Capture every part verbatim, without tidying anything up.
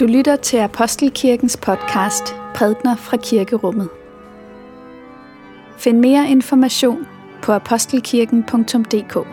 Du lytter til Apostelkirkens podcast Prædikener fra Kirkerummet. Find mere information på apostelkirken punktum d k.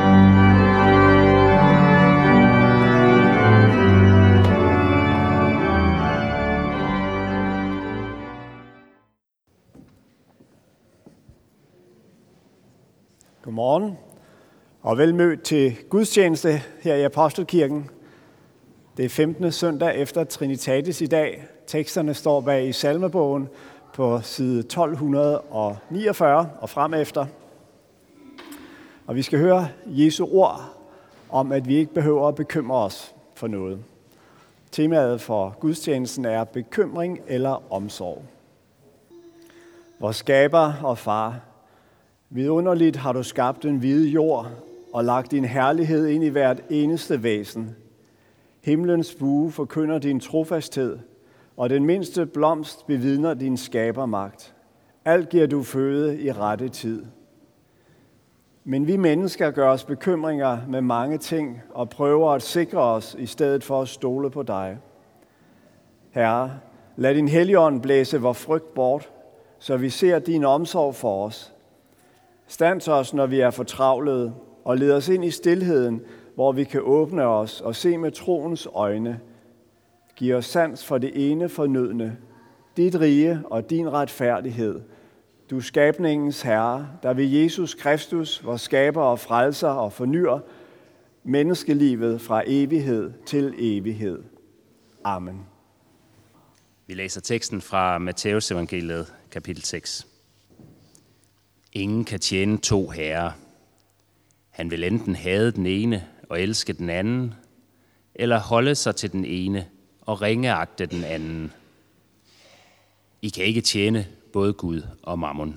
Godmorgen og velmødt til gudstjeneste her i Apostelkirken. Det er femtende søndag efter Trinitatis i dag. Teksterne står bag i salmebogen på side tolv niogfyrre og frem efter. Og vi skal høre Jesu ord om, at vi ikke behøver at bekymre os for noget. Temaet for gudstjenesten er bekymring eller omsorg. Vor skaber og far, vidunderligt har du skabt den hvide jord og lagt din herlighed ind i hvert eneste væsen. Himlens bue forkynder din trofasthed, og den mindste blomst bevidner din skabermagt. Alt giver du føde i rette tid. Men vi mennesker gør os bekymringer med mange ting og prøver at sikre os i stedet for at stole på dig. Herre, lad din Helligånd blæse vor frygt bort, så vi ser din omsorg for os. Stands os, når vi er fortravlede, og led os ind i stilheden, hvor vi kan åbne os og se med troens øjne. Giv os sans for det ene fornødne, dit rige og din retfærdighed. Du skabningens herre, der ved Jesus Kristus, vor skaber og frelser og fornyer menneskelivet fra evighed til evighed. Amen. Vi læser teksten fra Matthæus evangeliet, kapitel seks. Ingen kan tjene to herrer. Han vil enten hade den ene og elske den anden, eller holde sig til den ene og ringeagte den anden. I kan ikke tjene både Gud og mammon.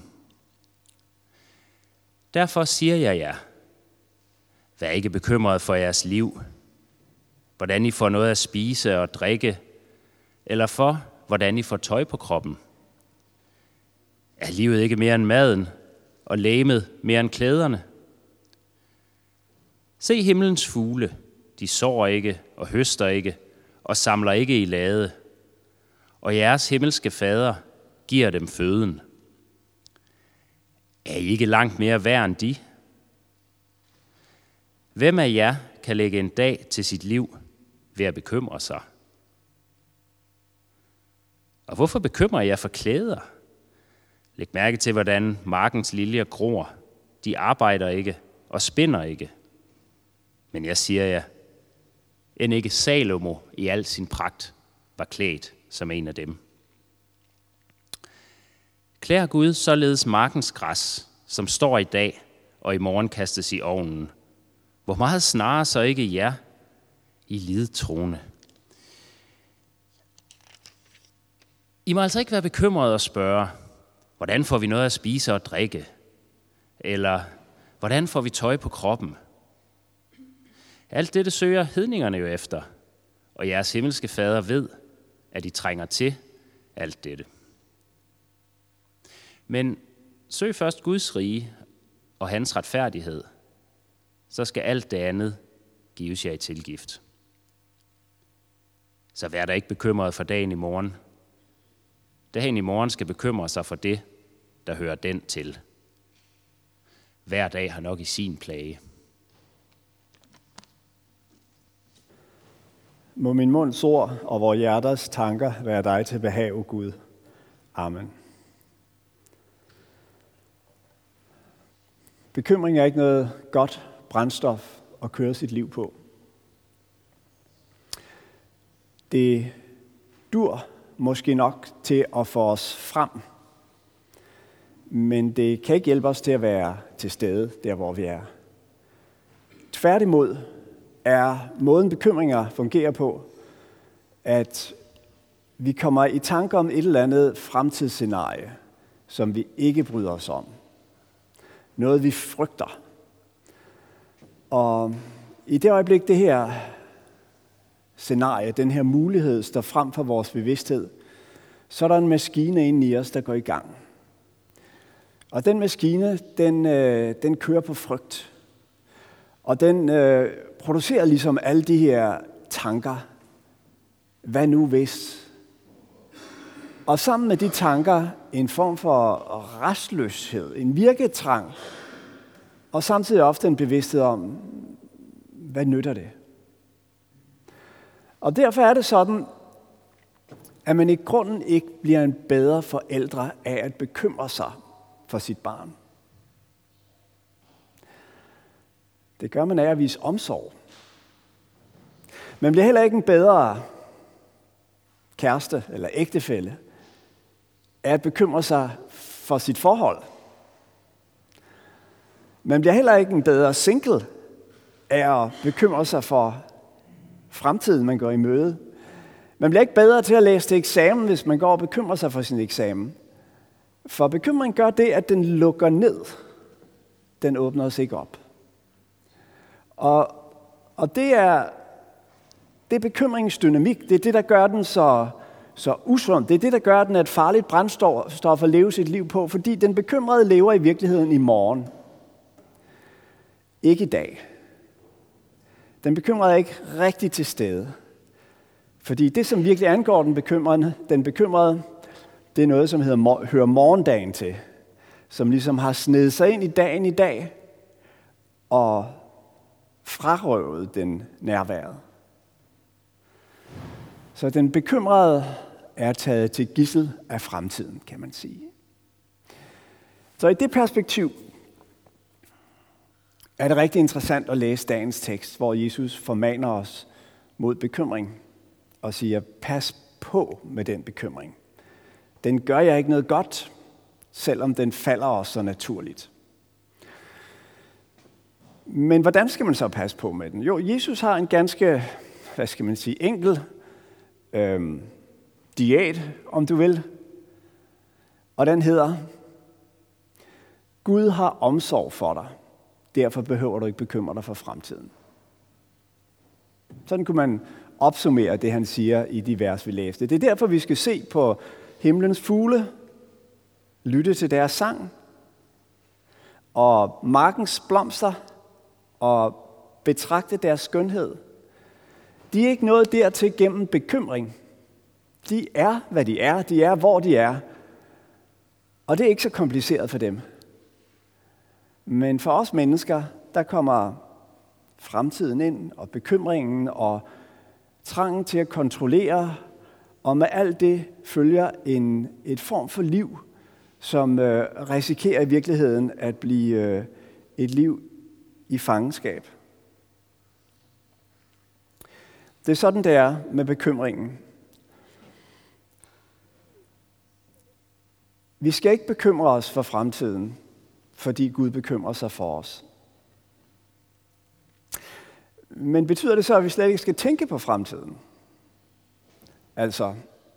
Derfor siger jeg jer, vær ikke bekymret for jeres liv, hvordan I får noget at spise og drikke, eller for, hvordan I får tøj på kroppen. Er livet ikke mere end maden, og legemet mere end klæderne? Se himlens fugle, de sår ikke og høster ikke og samler ikke i lade, og jeres himmelske fader giver dem føden. Er I ikke langt mere værd end de? Hvem af jer kan lægge en dag til sit liv ved at bekymre sig? Og hvorfor bekymrer jeg for klæder? Læg mærke til, hvordan markens liljer gror. De arbejder ikke og spinder ikke. Men jeg siger jer, end ikke Salomo i al sin pragt var klædt som en af dem. Klæder Gud således markens græs, som står i dag og i morgen kastes i ovnen. Hvor meget snarere så ikke jer, I lidet troende. I må altså ikke være bekymrede og spørge, hvordan får vi noget at spise og drikke? Eller hvordan får vi tøj på kroppen? Alt dette søger hedningerne jo efter, og jeres himmelske fader ved, at I trænger til alt dette. Men søg først Guds rige og hans retfærdighed, så skal alt det andet gives jer i tilgift. Så vær da ikke bekymret for dagen i morgen. Dagen i morgen skal bekymre sig for det, der hører den til. Hver dag har nok i sin plage. Må min munds ord og vor hjerters tanker være dig til behag, o Gud. Amen. Bekymring er ikke noget godt brændstof at køre sit liv på. Det dur måske nok til at få os frem, men det kan ikke hjælpe os til at være til stede der, hvor vi er. Tværtimod er måden bekymringer fungerer på, at vi kommer i tanke om et eller andet fremtidsscenarie, som vi ikke bryder os om. Noget vi frygter. Og i det øjeblik, det her scenarie, den her mulighed, står frem for vores bevidsthed, så er der en maskine inde i os, der går i gang. Og den maskine, den, den kører på frygt. Og den øh, producerer ligesom alle de her tanker, hvad nu hvis? Og sammen med de tanker en form for restløshed, en virketrang, og samtidig ofte en bevidsthed om, hvad nytter det? Og derfor er det sådan, at man i grunden ikke bliver en bedre forældre af at bekymre sig for sit barn. Det gør man af at vise omsorg. Man bliver heller ikke en bedre kæreste eller ægtefælle af at bekymre sig for sit forhold. Man bliver heller ikke en bedre single af at bekymre sig for fremtiden, man går i møde. Man bliver ikke bedre til at læse til eksamen, hvis man går og bekymrer sig for sin eksamen. For bekymring gør det, at den lukker ned. Den åbner os ikke op. Og, og det er, det er bekymringens dynamik. Det er det, der gør den så, så usund. Det er det, der gør den et farligt brændstof at leve sit liv på, fordi den bekymrede lever i virkeligheden i morgen. Ikke i dag. Den bekymrede er ikke rigtig til stede. Fordi det, som virkelig angår den bekymrede, den bekymrede, det er noget, som hedder, hører morgendagen til. Som ligesom har snedet sig ind i dagen i dag og frarøvet den nærværet. Så den bekymrede er taget til gidsel af fremtiden, kan man sige. Så i det perspektiv er det rigtig interessant at læse dagens tekst, hvor Jesus formaner os mod bekymring og siger, pas på med den bekymring. Den gør jer ikke noget godt, selvom den falder os så naturligt. Men hvordan skal man så passe på med den? Jo, Jesus har en ganske, hvad skal man sige, enkel øhm, diæt, om du vil. Og den hedder, Gud har omsorg for dig. Derfor behøver du ikke bekymre dig for fremtiden. Sådan kunne man opsummere det, han siger i de vers, vi læste. Det er derfor, vi skal se på himlens fugle, lytte til deres sang, og markens blomster, og betragte deres skønhed. De er ikke nået dertil gennem bekymring. De er, hvad de er. De er, hvor de er. Og det er ikke så kompliceret for dem. Men for os mennesker, der kommer fremtiden ind, og bekymringen, og trangen til at kontrollere, og med alt det følger en et form for liv, som øh, risikerer i virkeligheden at blive øh, et liv i fangenskab. Det er sådan, det er med bekymringen. Vi skal ikke bekymre os for fremtiden, fordi Gud bekymrer sig for os. Men betyder det så, at vi slet ikke skal tænke på fremtiden? Altså,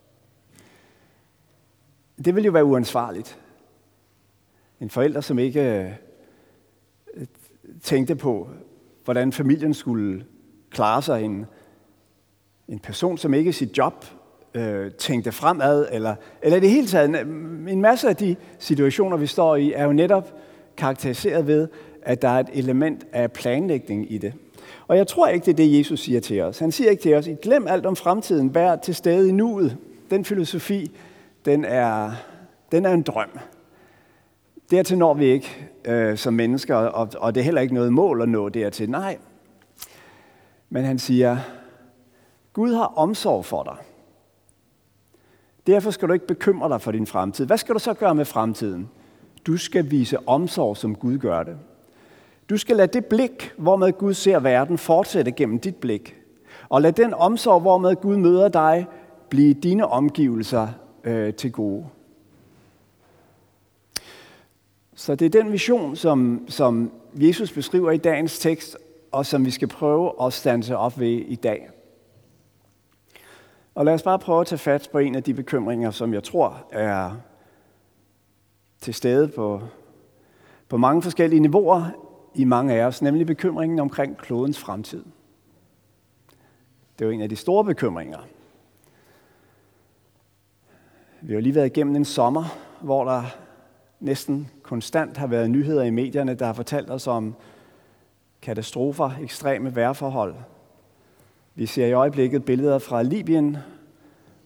det vil jo være uansvarligt. En forælder, som ikke øh, tænkte på, hvordan familien skulle klare sig. En, en person, som ikke i sit job øh, tænkte fremad. Eller, eller i det hele taget, en, en masse af de situationer, vi står i, er jo netop karakteriseret ved, at der er et element af planlægning i det. Og jeg tror ikke, det er det, Jesus siger til os. Han siger ikke til os, glem alt om fremtiden, vær til stede i nuet. Den filosofi, den er, den er en drøm. Dertil når vi ikke øh, som mennesker, og, og det er heller ikke noget mål at nå dertil. Nej. Men han siger, Gud har omsorg for dig. Derfor skal du ikke bekymre dig for din fremtid. Hvad skal du så gøre med fremtiden? Du skal vise omsorg, som Gud gør det. Du skal lade det blik, hvormed Gud ser verden, fortsætte gennem dit blik. Og lad den omsorg, hvormed Gud møder dig, blive dine omgivelser øh, til gode. Så det er den vision, som, som Jesus beskriver i dagens tekst, og som vi skal prøve at standse op ved i dag. Og lad os bare prøve at tage fat på en af de bekymringer, som jeg tror er til stede på, på mange forskellige niveauer i mange af os, nemlig bekymringen omkring klodens fremtid. Det er jo en af de store bekymringer. Vi har lige været igennem en sommer, hvor der næsten konstant har været nyheder i medierne, der har fortalt os om katastrofer, ekstreme vejrforhold. Vi ser i øjeblikket billeder fra Libyen,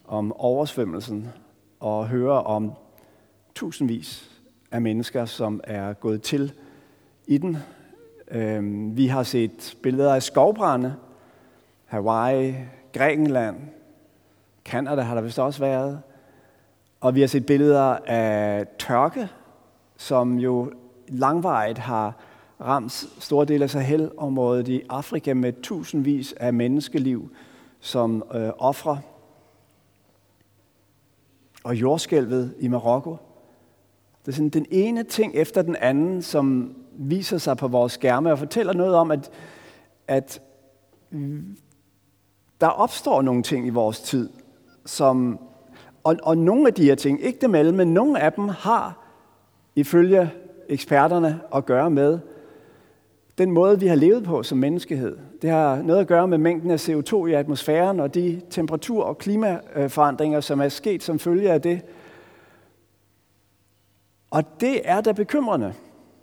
om oversvømmelsen og hører om tusindvis af mennesker, som er gået til i den. Vi har set billeder af skovbrande, Hawaii, Grækenland, Canada har der vist også været. Og vi har set billeder af tørke, som jo langvarigt har ramt store dele af Sahel-området i Afrika med tusindvis af menneskeliv som øh, ofre. Og jordskælvet i Marokko. Det er sådan den ene ting efter den anden, som viser sig på vores skærme og fortæller noget om, at, at der opstår nogle ting i vores tid, som, og, og nogle af de her ting, ikke dem alle, men nogle af dem har ifølge eksperterne at gøre med den måde, vi har levet på som menneskehed. Det har noget at gøre med mængden af C O to i atmosfæren og de temperatur- og klimaforandringer, som er sket som følge af det. Og det er da bekymrende.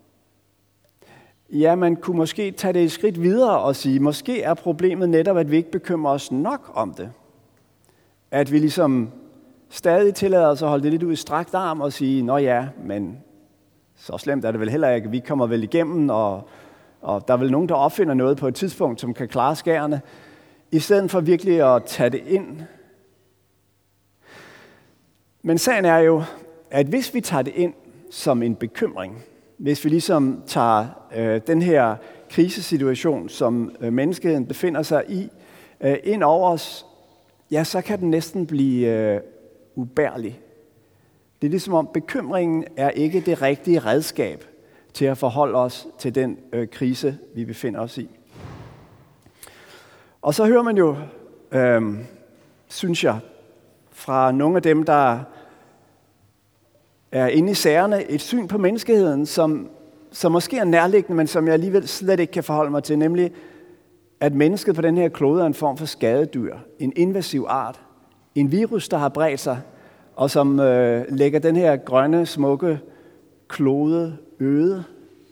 Ja, man kunne måske tage det et skridt videre og sige, måske er problemet netop, at vi ikke bekymrer os nok om det. At vi ligesom stadig tillader os at holde det lidt ud i strakt arm og sige, nå ja, men så slemt er det vel heller ikke, vi kommer vel igennem, og, og der er vel nogen, der opfinder noget på et tidspunkt, som kan klare skærene, i stedet for virkelig at tage det ind. Men sagen er jo, at hvis vi tager det ind som en bekymring, hvis vi ligesom tager øh, den her krisesituation, som øh, menneskeheden befinder sig i, øh, ind over os, ja, så kan den næsten blive øh, ubærlig. Det er ligesom om bekymringen er ikke det rigtige redskab til at forholde os til den øh, krise, vi befinder os i. Og så hører man jo, øh, synes jeg, fra nogle af dem, der er inde i sagerne, et syn på menneskeheden, som, som måske er nærliggende, men som jeg alligevel slet ikke kan forholde mig til, nemlig at mennesket på den her klode er en form for skadedyr, en invasiv art, en virus, der har bredt sig, og som øh, lægger den her grønne, smukke klode øde.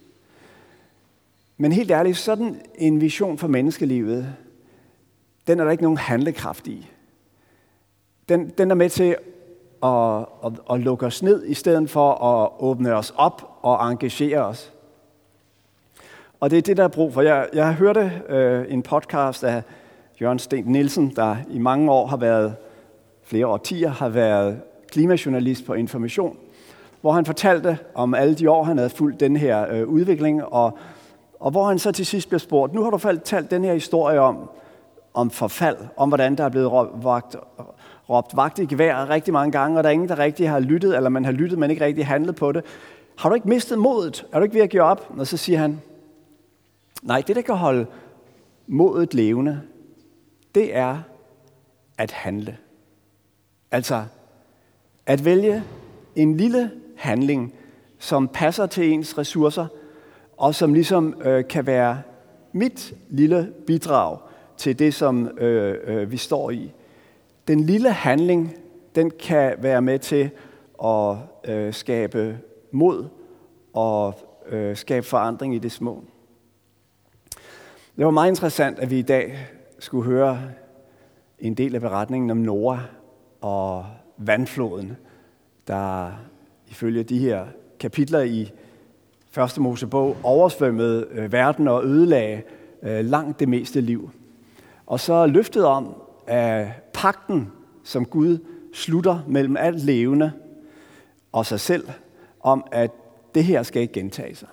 Men helt ærligt, sådan en vision for menneskelivet, den er der ikke nogen handlekraft i. Den, den er med til at, at, at lukke os ned, i stedet for at åbne os op og engagere os. Og det er det, der er brug for. Jeg, jeg hørte øh, en podcast af Jørgen Sten Nielsen, der i mange år har været, flere årtier, har været klimajournalist på Information, hvor han fortalte om alle de år, han havde fulgt den her øh, udvikling, og, og hvor han så til sidst blev spurgt, nu har du fortalt den her historie om, om forfald, om hvordan der er blevet råbt vagt, råbt vagt i gevær rigtig mange gange, og der er ingen, der rigtig har lyttet, eller man har lyttet, men ikke rigtig handlet på det. Har du ikke mistet modet? Er du ikke ved at give op? Og så siger han, nej, det der kan holde modet levende, det er at handle. Altså at vælge en lille handling, som passer til ens ressourcer, og som ligesom øh, kan være mit lille bidrag til det, som øh, øh, vi står i. Den lille handling, den kan være med til at øh, skabe mod og øh, skabe forandring i det små. Det var meget interessant, at vi i dag skulle høre en del af beretningen om Noah og vandfloden, der ifølge de her kapitler i Første Mosebog oversvømmede øh, verden og ødelagde øh, langt det meste liv. Og så løftet om af pagten, som Gud slutter mellem alt levende og sig selv, om at det her skal ikke gentage sig.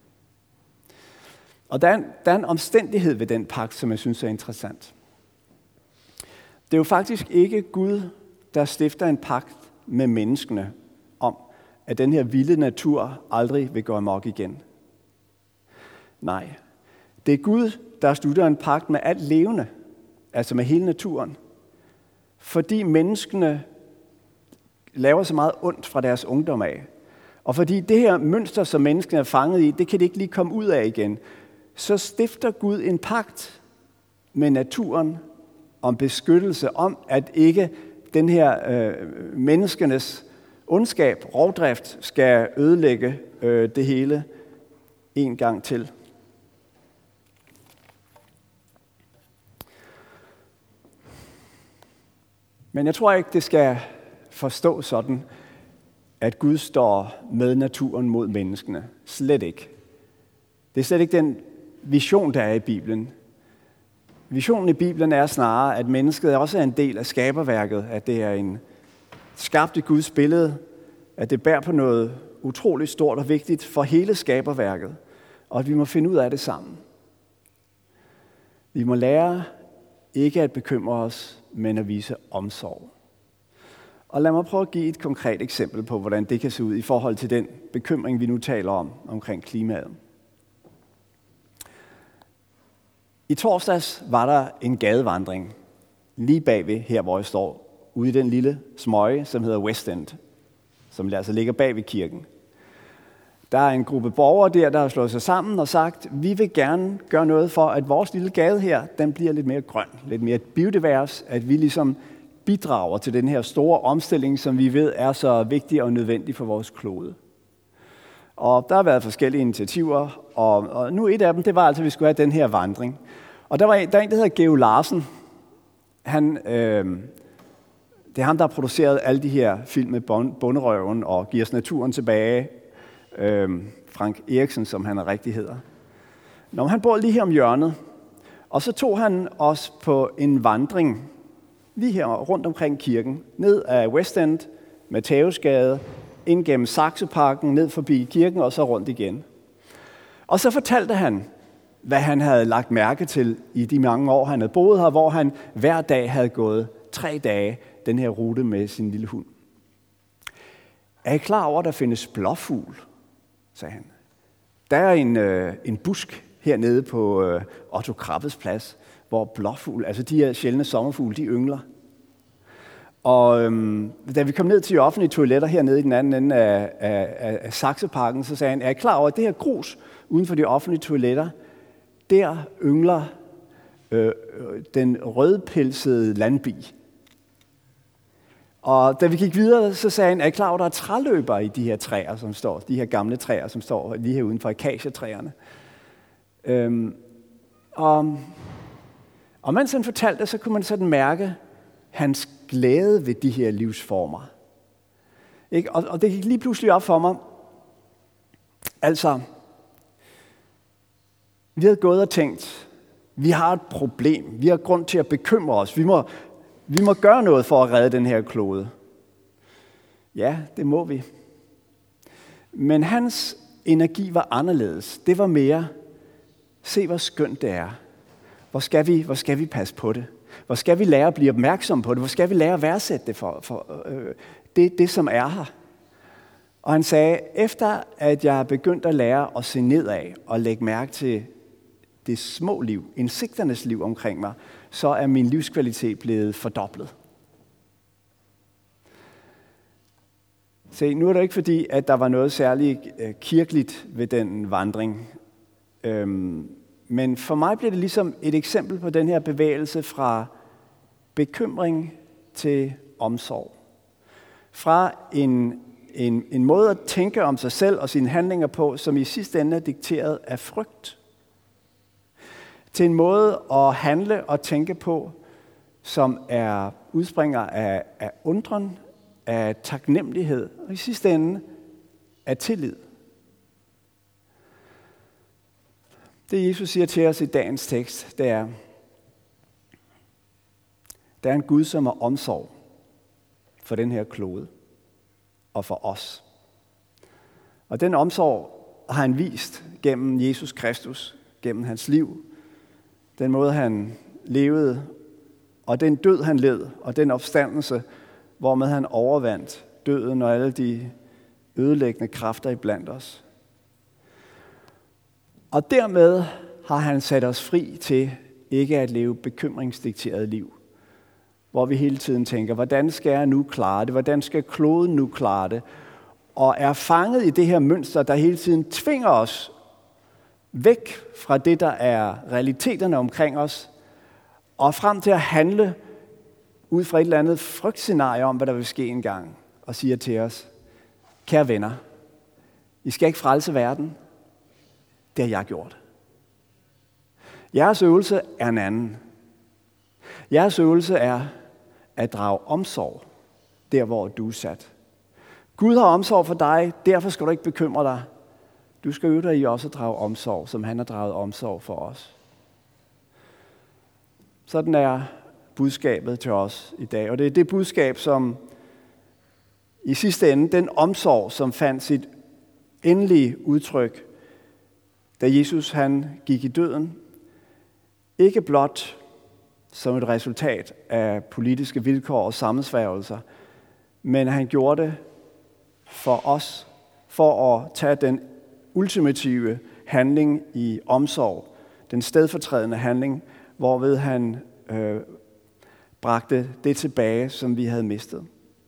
Og der er, en, der er en omstændighed ved den pagt, som jeg synes er interessant. Det er jo faktisk ikke Gud, der stifter en pagt med menneskene om, at den her vilde natur aldrig vil gå amok igen. Nej, det er Gud, der slutter en pagt med alt levende, altså med hele naturen. Fordi menneskene laver så meget ondt fra deres ungdom af. Og fordi det her mønster, som menneskene er fanget i, det kan de ikke lige komme ud af igen. Så stifter Gud en pagt med naturen om beskyttelse, om at ikke den her øh, menneskenes ondskab, rovdrift, skal ødelægge øh, det hele en gang til. Men jeg tror ikke, det skal forstås sådan, at Gud står med naturen mod menneskene. Slet ikke. Det er slet ikke den vision, der er i Bibelen. Visionen i Bibelen er snarere, at mennesket også er en del af skaberværket, at det er en skabt i Guds billede, at det bærer på noget utroligt stort og vigtigt for hele skaberværket, og at vi må finde ud af det sammen. Vi må lære ikke at bekymre os, men at vise omsorg. Og lad mig prøve at give et konkret eksempel på, hvordan det kan se ud i forhold til den bekymring, vi nu taler om, omkring klimaet. I torsdags var der en gadevandring lige bagved her, hvor jeg står, ude i den lille smøge, som hedder West End, som altså ligger bag ved kirken. Der er en gruppe borgere der, der har slået sig sammen og sagt, vi vil gerne gøre noget for, at vores lille gade her, den bliver lidt mere grøn, lidt mere biodivers, at vi ligesom bidrager til den her store omstilling, som vi ved er så vigtig og nødvendig for vores klode. Og der har været forskellige initiativer, og, og nu et af dem, det var altså, at vi skulle have den her vandring. Og der var en, der, er en, der hedder Geo Larsen. Han, øh, det er ham, der har produceret alle de her film med Bonderøven og Giver os naturen tilbage. Øh, Frank Eriksen, som han er rigtig hedder. Når han bor lige her om hjørnet, og så tog han os på en vandring lige her rundt omkring kirken, ned ad West End, Matthæusgade, ind gennem Saxoparken, ned forbi kirken og så rundt igen. Og så fortalte han, hvad han havde lagt mærke til i de mange år, han havde boet her, hvor han hver dag havde gået tre dage den her rute med sin lille hund. Er I klar over, at der findes blåfugl? Sagde han. Der er en, øh, en busk hernede på øh, Otto Krabbes plads, hvor blåfugl, altså de her sjældne sommerfugle, de yngler. Og øhm, da vi kom ned til de offentlige toiletter hernede i den anden ende af, af, af Saxoparken, så sagde han, er I klar over, at det her grus uden for de offentlige toiletter, der yngler øh, den rødpelsede landbi. Og da vi gik videre, så sagde han, er I klar over, at der er træløber i de her træer, som står, de her gamle træer, som står lige her uden for akacietræerne. Øhm, og, og mens han fortalte det, så kunne man sådan mærke hans glæde ved de her livsformer. Ikke? Og, og det gik lige pludselig op for mig. Altså, vi havde gået og tænkt, vi har et problem, vi har grund til at bekymre os, vi må, vi må gøre noget for at redde den her klode. Ja, det må vi. Men hans energi var anderledes. Det var mere, se hvor skønt det er. Hvor skal vi, hvor skal vi passe på det? Hvor skal vi lære at blive opmærksom på det? Hvor skal vi lære at værdsætte det for, for øh, det, det, som er her? Og han sagde, efter at jeg er begyndt at lære at se nedad og lægge mærke til det små liv, indsigternes liv omkring mig, så er min livskvalitet blevet fordoblet. Se, nu er det ikke fordi, at der var noget særligt kirkeligt ved den vandring. Øhm, men for mig blev det ligesom et eksempel på den her bevægelse fra bekymring til omsorg. Fra en, en, en måde at tænke om sig selv og sine handlinger på, som i sidste ende er dikteret af frygt, til en måde at handle og tænke på, som er udspringer af, af undren, af taknemmelighed, og i sidste ende af tillid. Det Jesus siger til os i dagens tekst, det er, der er en Gud, som har omsorg for den her klode og for os. Og den omsorg har han vist gennem Jesus Kristus, gennem hans liv, den måde han levede, og den død han led, og den opstandelse, hvormed han overvandt døden og alle de ødelæggende kræfter iblandt os. Og dermed har han sat os fri til ikke at leve bekymringsdikteret liv, hvor vi hele tiden tænker, hvordan skal jeg nu klare det? Hvordan skal kloden nu klare det? Og er fanget i det her mønster, der hele tiden tvinger os væk fra det, der er realiteterne omkring os, og frem til at handle ud fra et eller andet frygtscenarie om, hvad der vil ske engang, og siger til os, kære venner, I skal ikke frelse verden. Det har jeg gjort. Jeres øvelse er en anden. Jeres øvelse er at drage omsorg der, hvor du er sat. Gud har omsorg for dig, derfor skal du ikke bekymre dig. Du skal øve dig i også at drage omsorg, som han har draget omsorg for os. Sådan er budskabet til os i dag. Og det er det budskab, som i sidste ende, den omsorg, som fandt sit endelige udtryk, da Jesus han gik i døden, ikke blot som et resultat af politiske vilkår og sammensværgelser, men han gjorde det for os, for at tage den ultimative handling i omsorg, den stedfortrædende handling, hvorved han øh, bragte det tilbage, som vi havde mistet.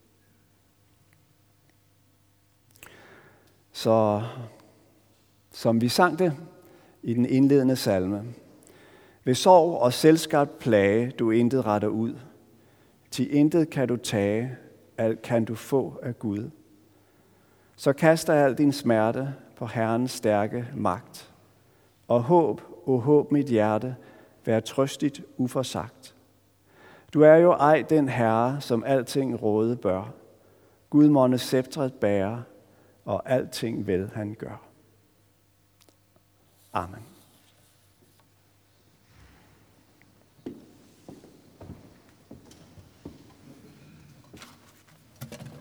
Så som vi sang det i den indledende salme, ved sorg og selvskabt plage, du intet retter ud, til intet kan du tage, alt kan du få af Gud. Så kaster al din smerte på Herrens stærke magt, og håb, o håb mit hjerte, vær trøstigt uforsagt. Du er jo ej den herre, som alting råde bør. Gud måtte sceptret bære, og alting vel han gør. Amen.